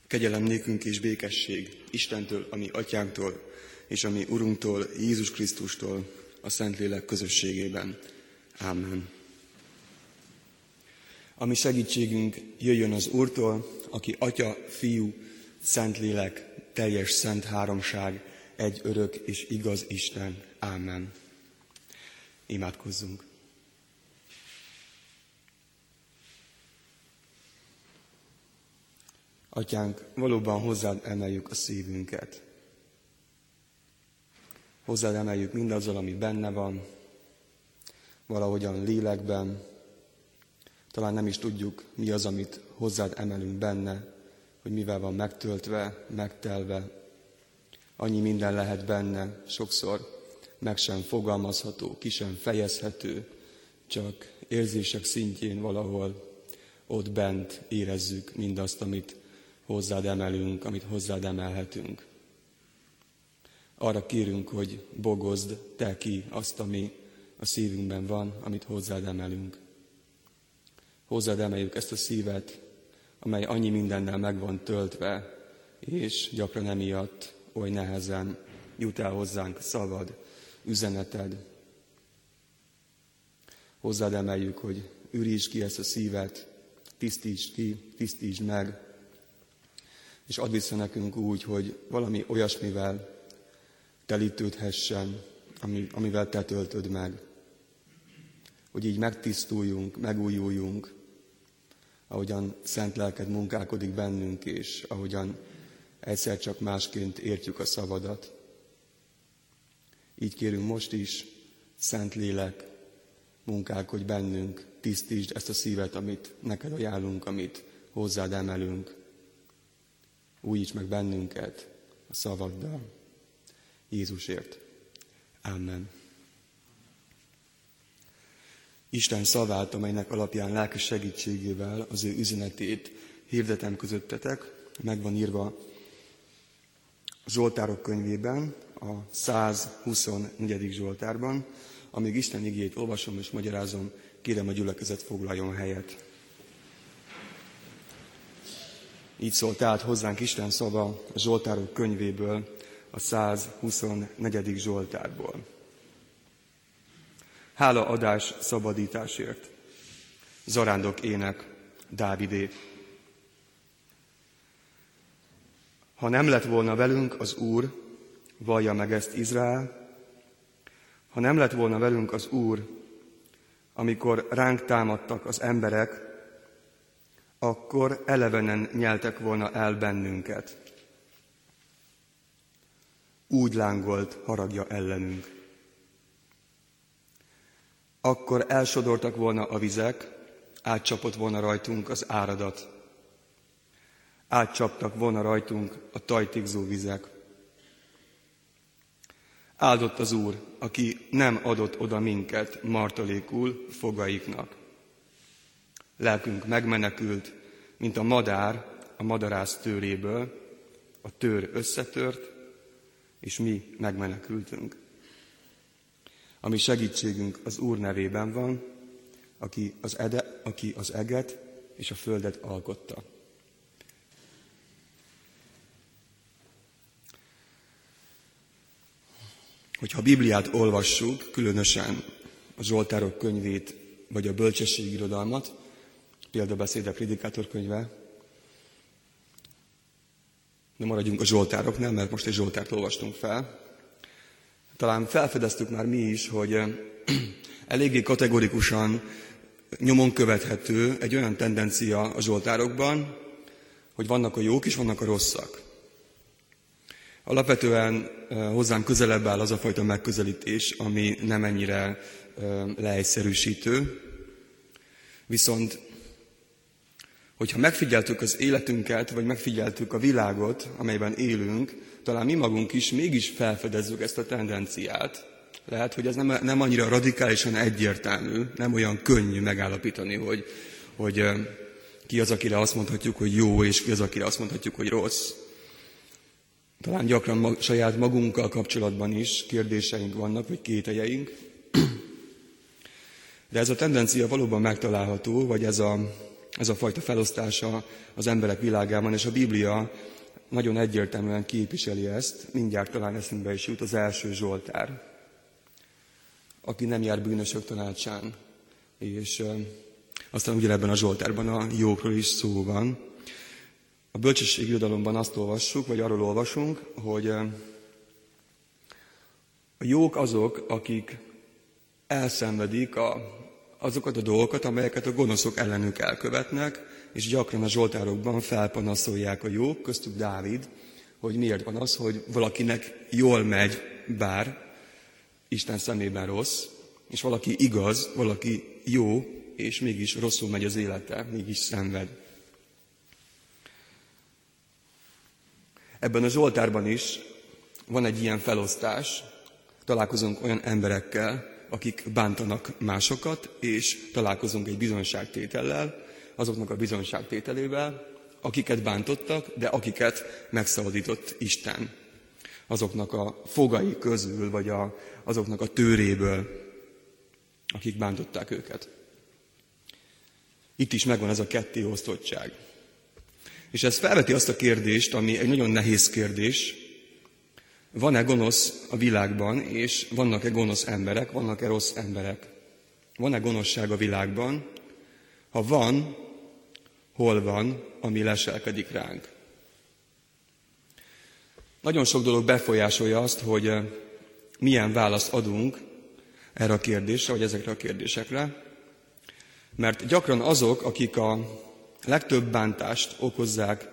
Kegyelem nékünk és békesség Istentől, a mi atyánktól, és a mi Urunktól, Jézus Krisztustól, a Szentlélek közösségében. Ámen. A mi segítségünk jöjjön az Úrtól, aki Atya, Fiú, Szentlélek, teljes szent háromság, egy örök és igaz Isten. Ámen. Imádkozzunk. Atyánk, valóban hozzád emeljük a szívünket. Hozzád emeljük mindazzal, ami benne van, valahogyan lélekben. Talán nem is tudjuk, mi az, amit hozzád emelünk benne, hogy mivel van megtöltve, megtelve. Annyi minden lehet benne, sokszor meg sem fogalmazható, ki sem fejezhető, csak érzések szintjén valahol ott bent érezzük mindazt, amit hozzád emelünk, amit hozzád emelhetünk. Arra kérünk, hogy bogozd te ki azt, ami a szívünkben van, amit hozzád emelünk. Hozzád emeljük ezt a szívet, amely annyi mindennel meg van töltve, és gyakran emiatt oly nehezen jut el hozzánk szavad, üzeneted. Hozzád emeljük, hogy ürítsd ki ezt a szívet, tisztítsd ki, tisztítsd meg, és add vissza nekünk úgy, hogy valami olyasmivel telítődhessen, amivel te töltöd meg. Hogy így megtisztuljunk, megújuljunk, ahogyan szent lelked munkálkodik bennünk, és ahogyan egyszer csak másként értjük a szavadat. Így kérünk most is, Szent Lélek, munkálkodj bennünk, tisztítsd ezt a szívet, amit neked ajánlunk, amit hozzád emelünk. Újíts meg bennünket a szavaddal. Jézusért. Amen. Isten szavát, amelynek alapján lelki segítségével az ő üzenetét hirdetem közöttetek, meg van írva a Zsoltárok könyvében, a 124. Zsoltárban. Amíg Isten igéjét olvasom és magyarázom, kérem a gyülekezet foglaljon helyet. Így szól tehát hozzánk Isten szava a Zsoltárok könyvéből, a 124. Zsoltárból. Hálaadás szabadításért. Zarándok ének, Dávidé. Ha nem lett volna velünk az Úr, vallja meg ezt Izrael, ha nem lett volna velünk az Úr, amikor ránk támadtak az emberek, akkor elevenen nyeltek volna el bennünket. Úgy lángolt haragja ellenünk. Akkor elsodortak volna a vizek, átcsapott volna rajtunk az áradat. Átcsaptak volna rajtunk a tajtékzó vizek. Áldott az Úr, aki nem adott oda minket martalékul fogaiknak. Lelkünk megmenekült, mint a madár a madarász tőréből, a tőr összetört, és mi megmenekültünk. A mi segítségünk az Úr nevében van, aki az eget és a földet alkotta. Hogyha a Bibliát olvassuk, különösen a Zsoltárok könyvét, vagy a bölcsességirodalmat, példabeszéd a Prédikátor könyve, de maradjunk a Zsoltároknál, mert most egy Zsoltárt olvastunk fel. Talán felfedeztük már mi is, hogy eléggé kategorikusan nyomon követhető egy olyan tendencia a Zsoltárokban, hogy vannak a jók és vannak a rosszak. Alapvetően hozzám közelebb áll az a fajta megközelítés, ami nem ennyire leegyszerűsítő. Viszont, hogyha megfigyeltük az életünket, vagy megfigyeltük a világot, amelyben élünk, talán mi magunk is mégis felfedezzük ezt a tendenciát. Lehet, hogy ez nem annyira radikálisan egyértelmű, nem olyan könnyű megállapítani, hogy ki az, akire azt mondhatjuk, hogy jó, és ki az, akire azt mondhatjuk, hogy rossz. Talán gyakran saját magunkkal kapcsolatban is kérdéseink vannak, vagy kételyeink. De ez a tendencia valóban megtalálható, vagy ez a ez a fajta felosztása az emberek világában, és a Biblia nagyon egyértelműen képviseli ezt, mindjárt talán eszünkbe is jut az első Zsoltár, aki nem jár bűnösök tanácsán, és aztán ugyanebben a Zsoltárban a jókról is szó van. A bölcsesség irodalomban azt olvassuk, vagy arról olvasunk, hogy a jók azok, akik elszenvedik azokat a dolgokat, amelyeket a gonoszok ellenük elkövetnek, és gyakran a zsoltárokban felpanaszolják a jók, köztük Dávid, hogy miért van az, hogy valakinek jól megy, bár Isten szemében rossz, és valaki igaz, valaki jó, és mégis rosszul megy az élete, mégis szenved. Ebben a Zsoltárban is van egy ilyen felosztás, találkozunk olyan emberekkel, akik bántanak másokat, és találkozunk egy bizonyságtétellel, azoknak a bizonyságtételével, akiket bántottak, de akiket megszabadított Isten. Azoknak a fogai közül, vagy azoknak a tőréből, akik bántották őket. Itt is megvan ez a kettéosztottság. És ez felveti azt a kérdést, ami egy nagyon nehéz kérdés. Van-e gonosz a világban, és vannak-e gonosz emberek, vannak-e rossz emberek? Van-e gonoszság a világban? Ha van, hol van, ami leselkedik ránk? Nagyon sok dolog befolyásolja azt, hogy milyen választ adunk erre a kérdésre, vagy ezekre a kérdésekre. Mert gyakran azok, akik a legtöbb bántást okozzák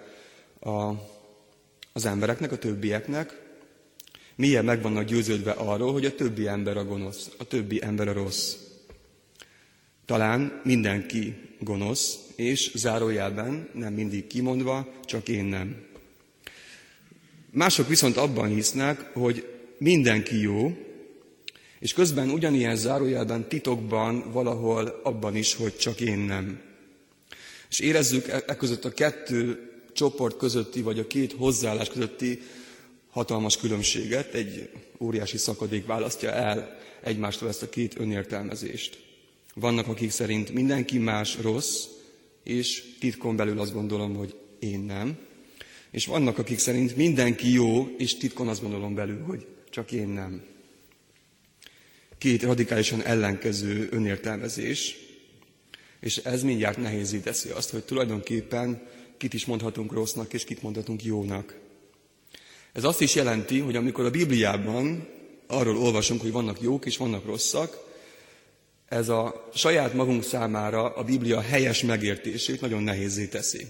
az embereknek, a többieknek, mélyen meg vannak győződve arról, hogy a többi ember a gonosz, a többi ember a rossz. Talán mindenki gonosz, és zárójelben, nem mindig kimondva, csak én nem. Mások viszont abban hisznek, hogy mindenki jó, és közben ugyanilyen zárójelben, titokban, valahol abban is, hogy csak én nem. És érezzük között a kettő csoport közötti, vagy a két hozzáállás közötti hatalmas különbséget, egy óriási szakadék választja el egymástól ezt a két önértelmezést. Vannak, akik szerint mindenki más rossz, és titkon belül azt gondolom, hogy én nem. És vannak, akik szerint mindenki jó, és titkon azt gondolom belül, hogy csak én nem. Két radikálisan ellenkező önértelmezés, és ez mindjárt nehézzé teszi azt, hogy tulajdonképpen kit is mondhatunk rossznak, és kit mondhatunk jónak. Ez azt is jelenti, hogy amikor a Bibliában arról olvasunk, hogy vannak jók és vannak rosszak, ez a saját magunk számára a Biblia helyes megértését nagyon nehézzé teszi.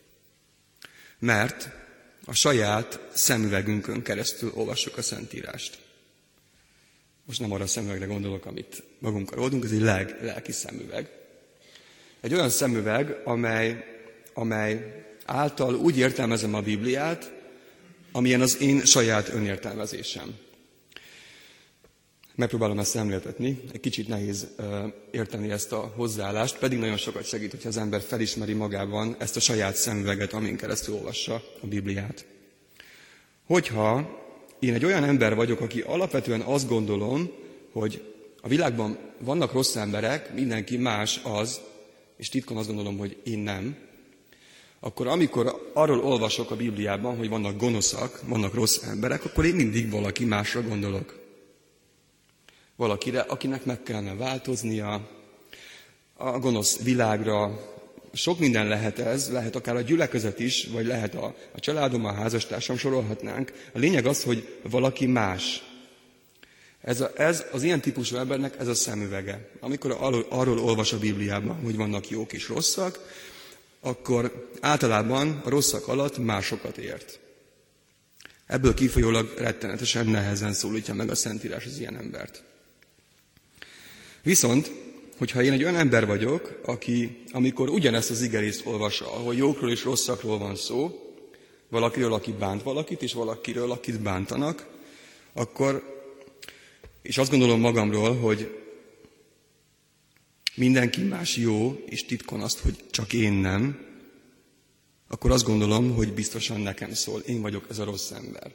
Mert a saját szemüvegünkön keresztül olvassuk a Szentírást. Most nem arra a szemüvegre gondolok, amit magunkkal oldunk, ez egy lelki szemüveg. Egy olyan szemüveg, amely által úgy értelmezem a Bibliát, amilyen az én saját önértelmezésem. Megpróbálom ezt szemléltetni, egy kicsit nehéz érteni ezt a hozzáállást, pedig nagyon sokat segít, hogyha az ember felismeri magában ezt a saját szemüveget, amin keresztül olvassa a Bibliát. Hogyha én egy olyan ember vagyok, aki alapvetően azt gondolom, hogy a világban vannak rossz emberek, mindenki más az, és titkon azt gondolom, hogy én nem, akkor amikor arról olvasok a Bibliában, hogy vannak gonoszak, vannak rossz emberek, akkor én mindig valaki másra gondolok. Valakire, akinek meg kellene változnia, a gonosz világra. Sok minden lehet ez, lehet akár a gyülekezet is, vagy lehet a családom, a házastársam, sorolhatnánk. A lényeg az, hogy valaki más. Ez az ilyen típusú embernek ez a szemüvege. Amikor arról olvas a Bibliában, hogy vannak jók és rosszak, akkor általában a rosszak alatt másokat ért. Ebből kifolyólag rettenetesen nehezen szólítja meg a Szentírás az ilyen embert. Viszont, hogyha én egy olyan ember vagyok, aki, amikor ugyanezt az igerészt olvassa, ahol jókról és rosszakról van szó, valakiről, aki bánt valakit, és valakiről, akit bántanak, akkor, és azt gondolom magamról, hogy mindenki más jó, és titkon azt, hogy csak én nem, akkor azt gondolom, hogy biztosan nekem szól. Én vagyok ez a rossz ember.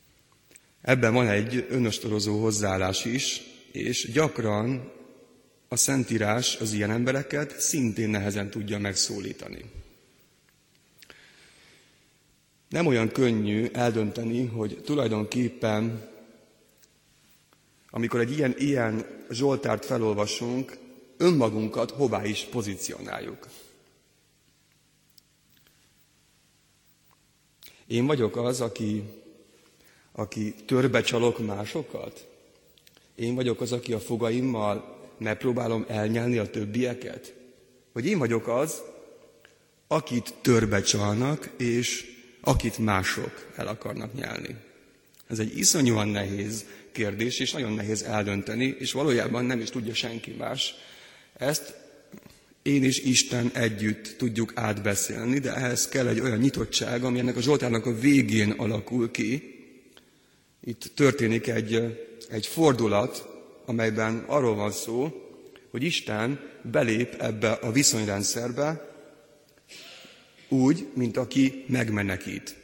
Ebben van egy önostorozó hozzáállás is, és gyakran a Szentírás az ilyen embereket szintén nehezen tudja megszólítani. Nem olyan könnyű eldönteni, hogy tulajdonképpen, amikor egy ilyen Zsoltárt felolvasunk, önmagunkat hová is pozícionáljuk. Én vagyok az, aki törbe csalok másokat? Én vagyok az, aki a fogaimmal megpróbálom elnyelni a többieket? Vagy én vagyok az, akit törbe csalnak, és akit mások el akarnak nyelni? Ez egy iszonyúan nehéz kérdés, és nagyon nehéz eldönteni, és valójában nem is tudja senki más. Ezt én és Isten együtt tudjuk átbeszélni, de ehhez kell egy olyan nyitottság, ami ennek a Zsoltárnak a végén alakul ki. Itt történik egy fordulat, amelyben arról van szó, hogy Isten belép ebbe a viszonyrendszerbe úgy, mint aki megmenekít.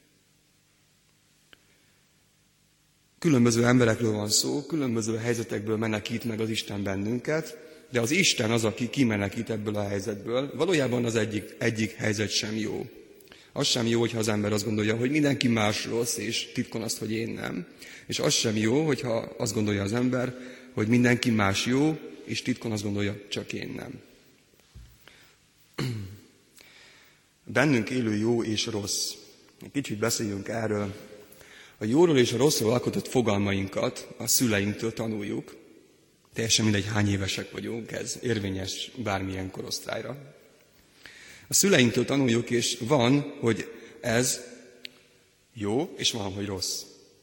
Különböző emberekről van szó, különböző helyzetekből menekít meg az Isten bennünket, de az Isten az, aki kimenekít ebből a helyzetből. Valójában az egyik helyzet sem jó. Az sem jó, hogyha az ember azt gondolja, hogy mindenki más rossz, és titkon azt, hogy én nem. És az sem jó, hogyha azt gondolja az ember, hogy mindenki más jó, és titkon azt gondolja, csak én nem. Bennünk élő jó és rossz. Egy kicsit beszéljünk erről. A jóról és a rosszról alkotott fogalmainkat a szüleinktől tanuljuk. Teljesen mindegy, hány évesek vagyunk, ez érvényes bármilyen korosztályra. A szüleinktől tanuljuk, és van, hogy ez jó, és van, hogy rossz.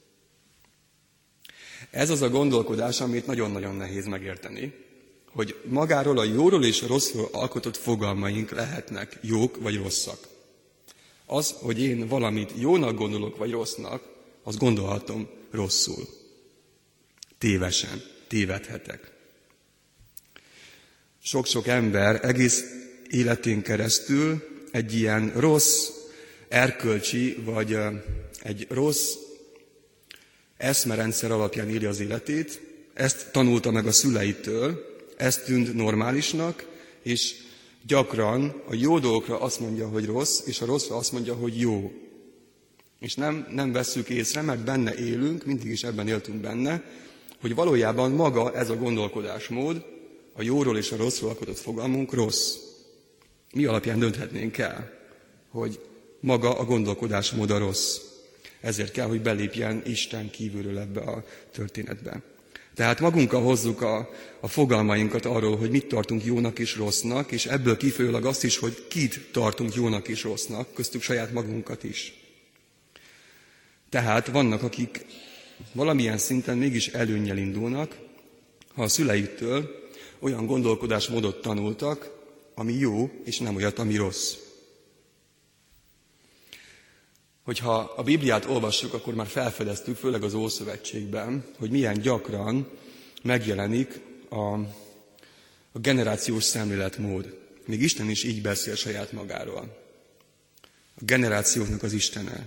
Ez az a gondolkodás, amit nagyon-nagyon nehéz megérteni, hogy magáról a jóról és a rosszról alkotott fogalmaink lehetnek jók vagy rosszak. Az, hogy én valamit jónak gondolok vagy rossznak, azt gondolhatom rosszul. Tévesen, tévedhetek. Sok-sok ember egész életén keresztül egy ilyen rossz erkölcsi, vagy egy rossz eszmerendszer alapján írja az életét, ezt tanulta meg a szüleitől, ezt tűnt normálisnak, és gyakran a jó dolgokra azt mondja, hogy rossz, és a rosszra azt mondja, hogy jó. És nem vesszük észre, mert benne élünk, mindig is ebben éltünk benne, hogy valójában maga ez a gondolkodásmód, a jóról és a rosszról alkotott fogalmunk rossz. Mi alapján dönthetnénk el, hogy maga a gondolkodásmód a rossz. Ezért kell, hogy belépjen Isten kívülről ebbe a történetbe. Tehát magunkkal hozzuk a fogalmainkat arról, hogy mit tartunk jónak és rossznak, és ebből kifolyólag azt is, hogy kit tartunk jónak és rossznak, köztük saját magunkat is. Tehát vannak, akik valamilyen szinten mégis előnnyel indulnak, ha a szüleiktől olyan gondolkodásmódot tanultak, ami jó, és nem olyat, ami rossz. Hogyha a Bibliát olvassuk, akkor már felfedeztük, főleg az Ószövetségben, hogy milyen gyakran megjelenik a generációs szemléletmód. Még Isten is így beszél saját magáról. A generációknak az Istene.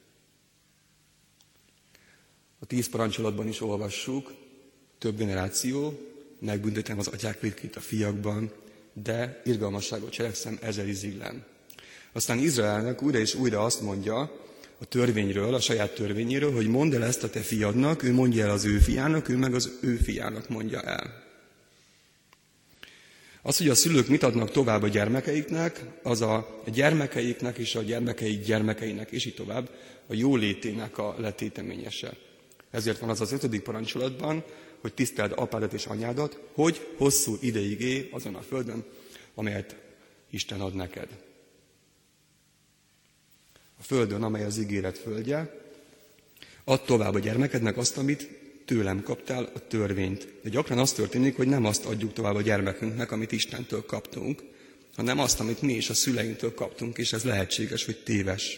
A 10 parancsolatban is olvassuk, több generáció, megbüntetem az atyák vétkét a fiakban, de irgalmasságot cselekszem 1000 iziglen. Aztán Izraelnek újra és újra azt mondja a törvényről, a saját törvényéről, hogy mondd el ezt a te fiadnak, ő mondja el az ő fiának, ő meg az ő fiának mondja el. Az, hogy a szülők mit adnak tovább a gyermekeiknek, az a gyermekeiknek és a gyermekeik gyermekeinek, és így tovább, a jólétének a letéteményese. Ezért van az az 5. parancsolatban, hogy tiszteld apádat és anyádat, hogy hosszú ideig élj azon a földön, amelyet Isten ad neked. A földön, amely az ígéret földje, add tovább a gyermekednek azt, amit tőlem kaptál, a törvényt. De gyakran az történik, hogy nem azt adjuk tovább a gyermekünknek, amit Istentől kaptunk, hanem azt, amit mi is a szüleinktől kaptunk, és ez lehetséges, hogy téves.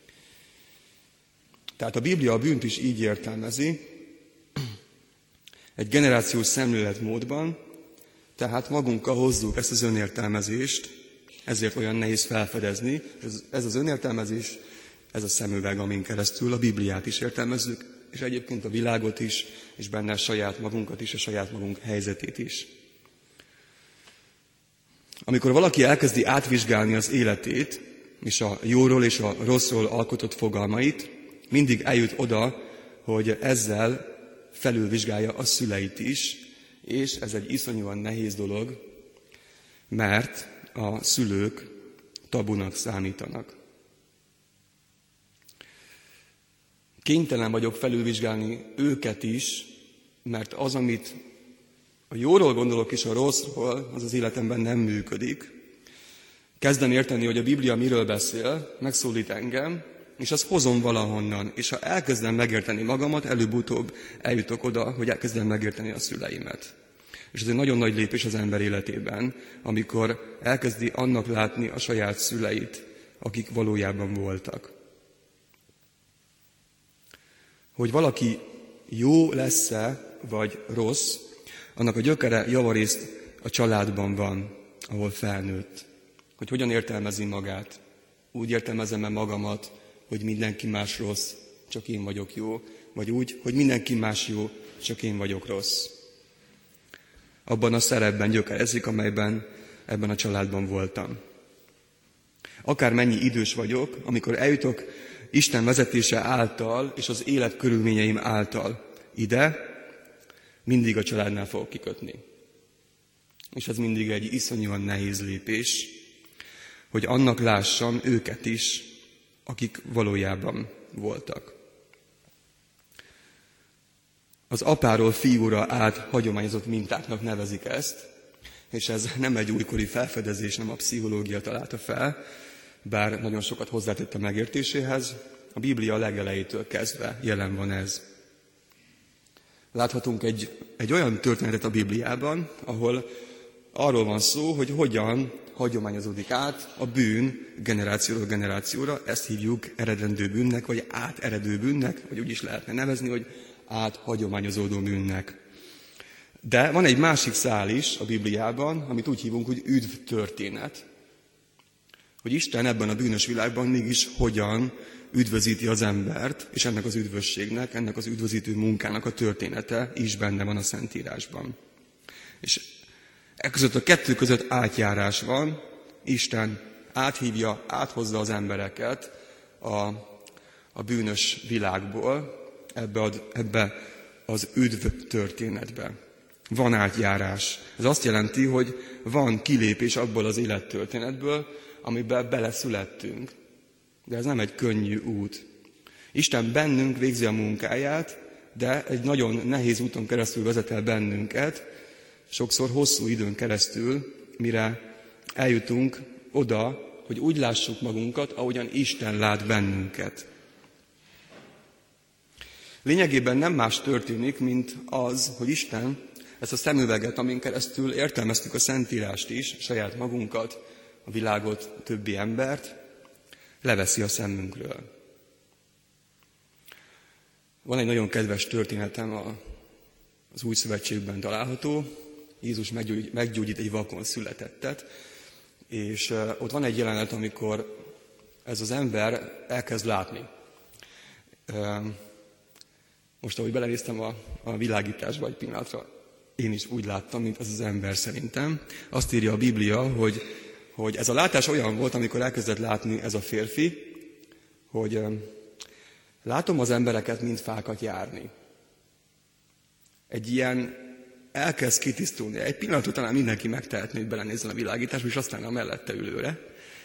Tehát a Biblia a bűnt is így értelmezi, egy generációs szemléletmódban, tehát magunkkal hozzuk ezt az önértelmezést, ezért olyan nehéz felfedezni. Ez az önértelmezés, ez a szemüveg, amin keresztül a Bibliát is értelmezzük, és egyébként a világot is, és benne saját magunkat is, a saját magunk helyzetét is. Amikor valaki elkezdi átvizsgálni az életét, és a jóról és a rosszról alkotott fogalmait, mindig eljut oda, hogy ezzel felülvizsgálja a szüleit is, és ez egy iszonyúan nehéz dolog, mert a szülők tabunak számítanak. Kénytelen vagyok felülvizsgálni őket is, mert az, amit a jóról gondolok és a rosszról, az életemben nem működik. Kezdem érteni, hogy a Biblia miről beszél, megszólít engem, és azt hozom valahonnan. És ha elkezdem megérteni magamat, előbb-utóbb eljutok oda, hogy elkezdem megérteni a szüleimet. És ez egy nagyon nagy lépés az ember életében, amikor elkezdi annak látni a saját szüleit, akik valójában voltak. Hogy valaki jó lesz-e, vagy rossz, annak a gyökere javarészt a családban van, ahol felnőtt. Hogy hogyan értelmezi magát. Úgy értelmezem-e magamat, hogy mindenki más rossz, csak én vagyok jó, vagy úgy, hogy mindenki más jó, csak én vagyok rossz. Abban a szerepben gyökerezik, amelyben ebben a családban voltam. Akármennyi idős vagyok, amikor eljutok Isten vezetése által és az élet körülményeim által ide, mindig a családnál fogok kikötni. És ez mindig egy iszonyúan nehéz lépés, hogy annak lássam őket is, akik valójában voltak. Az apáról fiúra át hagyományozott mintáknak nevezik ezt, és ez nem egy újkori felfedezés, nem a pszichológia találta fel, bár nagyon sokat hozzátett a megértéséhez, a Biblia legelejétől kezdve jelen van ez. Láthatunk egy olyan történetet a Bibliában, ahol arról van szó, hogy hogyan hagyományozódik át a bűn generációról generációra, ezt hívjuk eredendő bűnnek, vagy áteredő bűnnek, vagy úgy is lehetne nevezni, hogy áthagyományozódó bűnnek. De van egy másik szál is a Bibliában, amit úgy hívunk, hogy üdvtörténet. Hogy Isten ebben a bűnös világban mégis hogyan üdvözíti az embert, és ennek az üdvösségnek, ennek az üdvözítő munkának a története is benne van a Szentírásban. És között a kettő között átjárás van, Isten áthívja, áthozza az embereket a bűnös világból, ebbe az üdv történetbe. Van átjárás. Ez azt jelenti, hogy van kilépés abból az élettörténetből, amiben beleszülettünk. De ez nem egy könnyű út. Isten bennünk végzi a munkáját, de egy nagyon nehéz úton keresztül vezet el bennünket, sokszor hosszú időn keresztül, mire eljutunk oda, hogy úgy lássuk magunkat, ahogyan Isten lát bennünket. Lényegében nem más történik, mint az, hogy Isten ezt a szemüveget, amin keresztül értelmeztük a Szentírást is, saját magunkat, a világot, a többi embert, leveszi a szemünkről. Van egy nagyon kedves történetem, az Új Szövetségben található. Jézus meggyógyít egy vakon születettet, és ott van egy jelenet, amikor ez az ember elkezd látni. Most, ahogy belenéztem a világításba egy pillanatra, én is úgy láttam, mint az ember szerintem. Azt írja a Biblia, hogy ez a látás olyan volt, amikor elkezdett látni ez a férfi, hogy látom az embereket, mint fákat járni. Egy ilyen elkezd kitisztulni. Egy pillanatot talán mindenki megtehetné, hogy belenézzen a világításba, és aztán a mellette ülőre.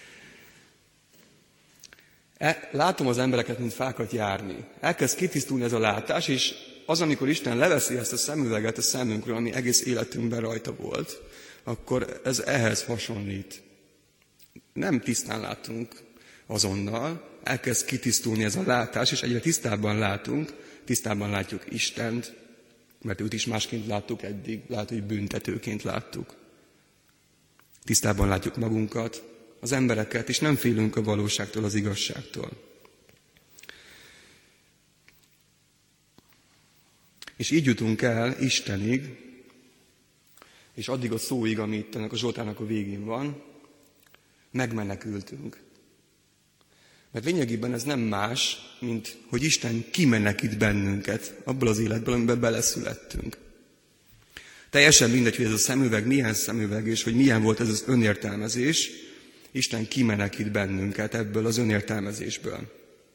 Látom az embereket, mint fákat járni. Elkezd kitisztulni ez a látás, és az, amikor Isten leveszi ezt a szemüveget a szemünkről, ami egész életünkben rajta volt, akkor ez ehhez hasonlít. Nem tisztán látunk azonnal, elkezd kitisztulni ez a látás, és egyre tisztábban látunk, tisztábban látjuk Istent, mert őt is másként láttuk eddig, lehet, hogy büntetőként láttuk. Tisztában látjuk magunkat, az embereket, és nem félünk a valóságtól, az igazságtól. És így jutunk el Istenig, és addig a szóig, ami itt ennek a Zsoltárnak a végén van, megmenekültünk. Mert lényegében ez nem más, mint hogy Isten kimenekít bennünket abból az életből, amiben beleszülettünk. Teljesen mindegy, hogy ez a szemüveg milyen szemüveg, és hogy milyen volt ez az önértelmezés, Isten kimenekít bennünket ebből az önértelmezésből.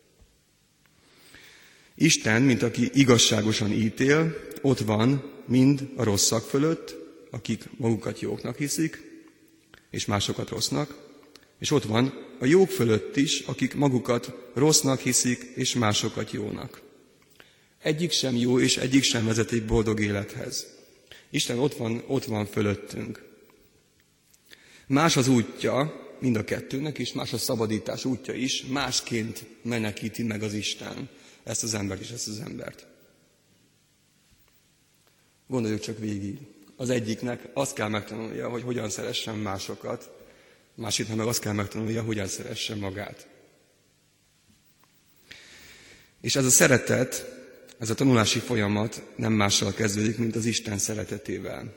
Isten, mint aki igazságosan ítél, ott van mind a rosszak fölött, akik magukat jóknak hiszik, és másokat rossznak, és ott van a jók fölött is, akik magukat rossznak hiszik, és másokat jónak. Egyik sem jó, és egyik sem vezet egy boldog élethez. Isten ott van fölöttünk. Más az útja mind a kettőnek, és más a szabadítás útja is, másként menekíti meg az Isten ezt az embert és ezt az embert. Gondoljuk csak végig. Az egyiknek azt kell megtanulnia, hogy hogyan szeressen másokat, másiknak meg azt kell megtanulnia, hogyan szeressen magát. És ez a szeretet, ez a tanulási folyamat nem mással kezdődik, mint az Isten szeretetével.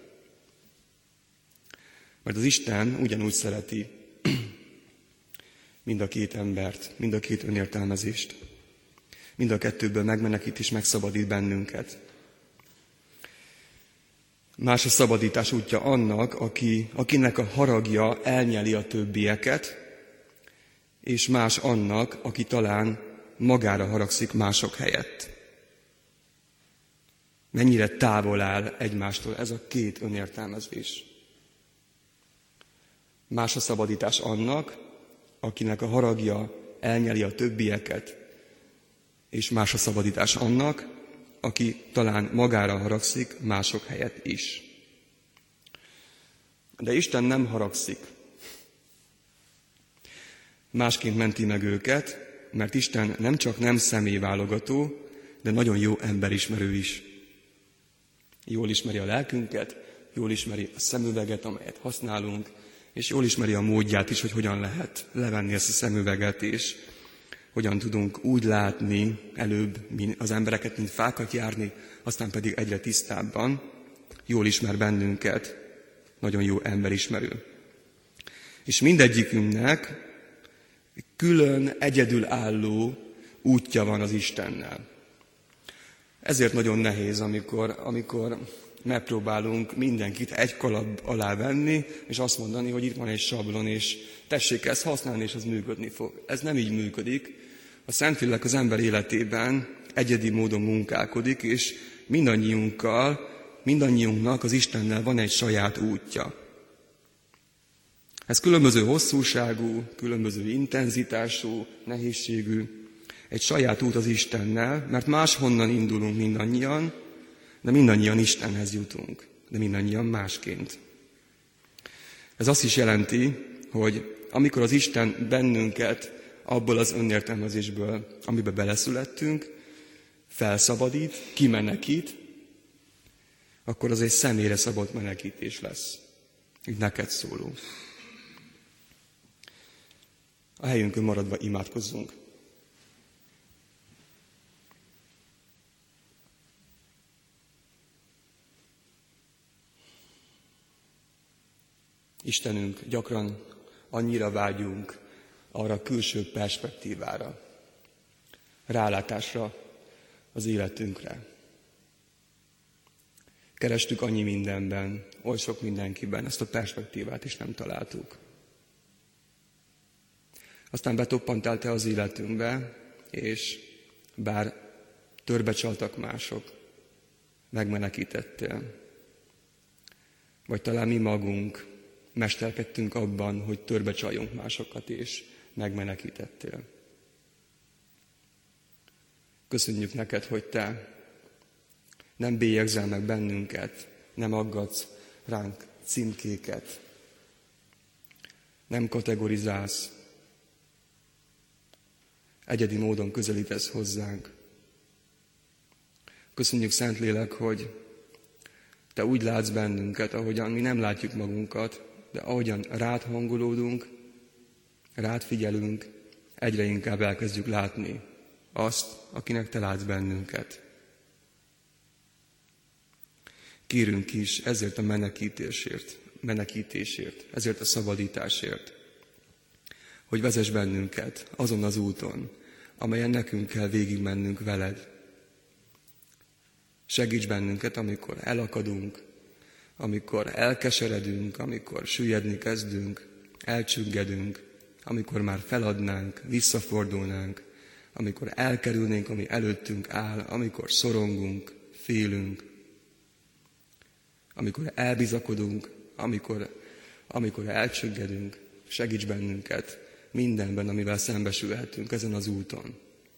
Mert az Isten ugyanúgy szereti mind a két embert, mind a két önértelmezést. Mind a kettőből megmenekít és megszabadít bennünket. Más a szabadítás útja annak, akinek a haragja elnyeli a többieket, és más annak, aki talán magára haragszik mások helyett. Mennyire távol áll egymástól ez a két önértelmezés. Más a szabadítás annak, akinek a haragja elnyeli a többieket, és más a szabadítás annak, aki talán magára haragszik mások helyett is. De Isten nem haragszik. Másként menti meg őket, mert Isten nem csak nem személyválogató, de nagyon jó emberismerő is. Jól ismeri a lelkünket, jól ismeri a szemüveget, amelyet használunk, és jól ismeri a módját is, hogy hogyan lehet levenni ezt a szemüveget, és hogyan tudunk úgy látni előbb az embereket, mint fákat járni, aztán pedig egyre tisztábban. Jól ismer bennünket, nagyon jó emberismerő. És mindegyikünknek külön, egyedülálló útja van az Istennel. Ezért nagyon nehéz, amikor megpróbálunk mindenkit egy kalap alá venni, és azt mondani, hogy itt van egy sablon, és tessék ezt használni, és az működni fog. Ez nem így működik. A Szentlélek az ember életében egyedi módon munkálkodik, és mindannyiunknak az Istennel van egy saját útja. Ez különböző hosszúságú, különböző intenzitású, nehézségű, egy saját út az Istennel, mert máshonnan indulunk mindannyian, de mindannyian Istenhez jutunk, de mindannyian másként. Ez azt is jelenti, hogy amikor az Isten bennünket abból az önértelmezésből, amibe beleszülettünk, felszabadít, kimenekít, akkor az egy személyre szabott menekítés lesz. Így neked szóló. A helyünkön maradva imádkozzunk. Istenünk, gyakran annyira vágyunk arra a külső perspektívára, rálátásra az életünkre. Kerestük annyi mindenben, oly sok mindenkiben ezt a perspektívát is nem találtuk. Aztán betoppantál te az életünkbe, és bár törbecsaltak mások, megmenekítettél. Vagy talán mi magunk mesterkedtünk abban, hogy törbecsaljunk másokat, és megmenekítettél. Köszönjük neked, hogy te nem bélyegzel meg bennünket, nem aggatsz ránk címkéket, nem kategorizálsz, egyedi módon közelítesz hozzánk. Köszönjük, Szentlélek, hogy te úgy látsz bennünket, ahogyan mi nem látjuk magunkat, de ahogyan rád hangolódunk, rád figyelünk, egyre inkább elkezdjük látni azt, akinek te látsz bennünket. Kérünk is ezért a menekítésért, ezért a szabadításért, hogy vezess bennünket azon az úton, amelyen nekünk kell végigmennünk veled. Segíts bennünket, amikor elakadunk, amikor elkeseredünk, amikor süllyedni kezdünk, elcsüggedünk, amikor már feladnánk, visszafordulnánk, amikor elkerülnénk, ami előttünk áll, amikor szorongunk, félünk, amikor elbizakodunk, amikor elcsüggedünk, segíts bennünket mindenben, amivel szembesülhetünk ezen az úton.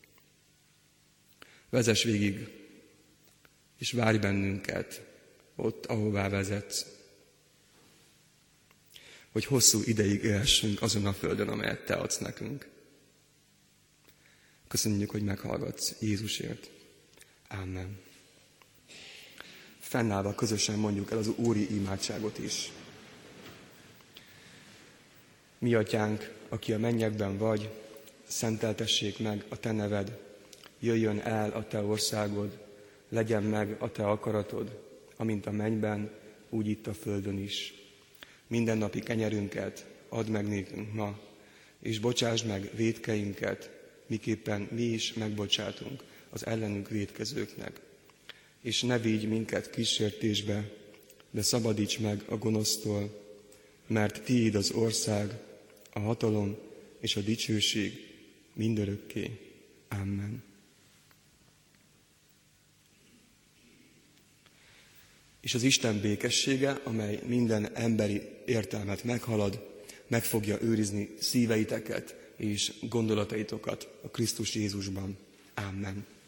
Vezess végig, és várj bennünket ott, ahová vezetsz, hogy hosszú ideig élhessünk azon a földön, amelyet Te adsz nekünk. Köszönjük, hogy meghallgatsz Jézusért. Amen. Fennállva közösen mondjuk el az úri imádságot is. Mi atyánk, aki a mennyekben vagy, szenteltessék meg a Te neved, jöjjön el a Te országod, legyen meg a Te akaratod, amint a mennyben, úgy itt a földön is. Mindennapi kenyerünket add meg nékünk ma, és bocsásd meg vétkeinket, miképpen mi is megbocsátunk az ellenünk vétkezőknek. És ne vigy minket kísértésbe, de szabadíts meg a gonosztól, mert Tiéd az ország, a hatalom és a dicsőség mindörökké. Amen. És az Isten békessége, amely minden emberi értelmet meghalad, meg fogja őrizni szíveiteket és gondolataitokat a Krisztus Jézusban. Amen.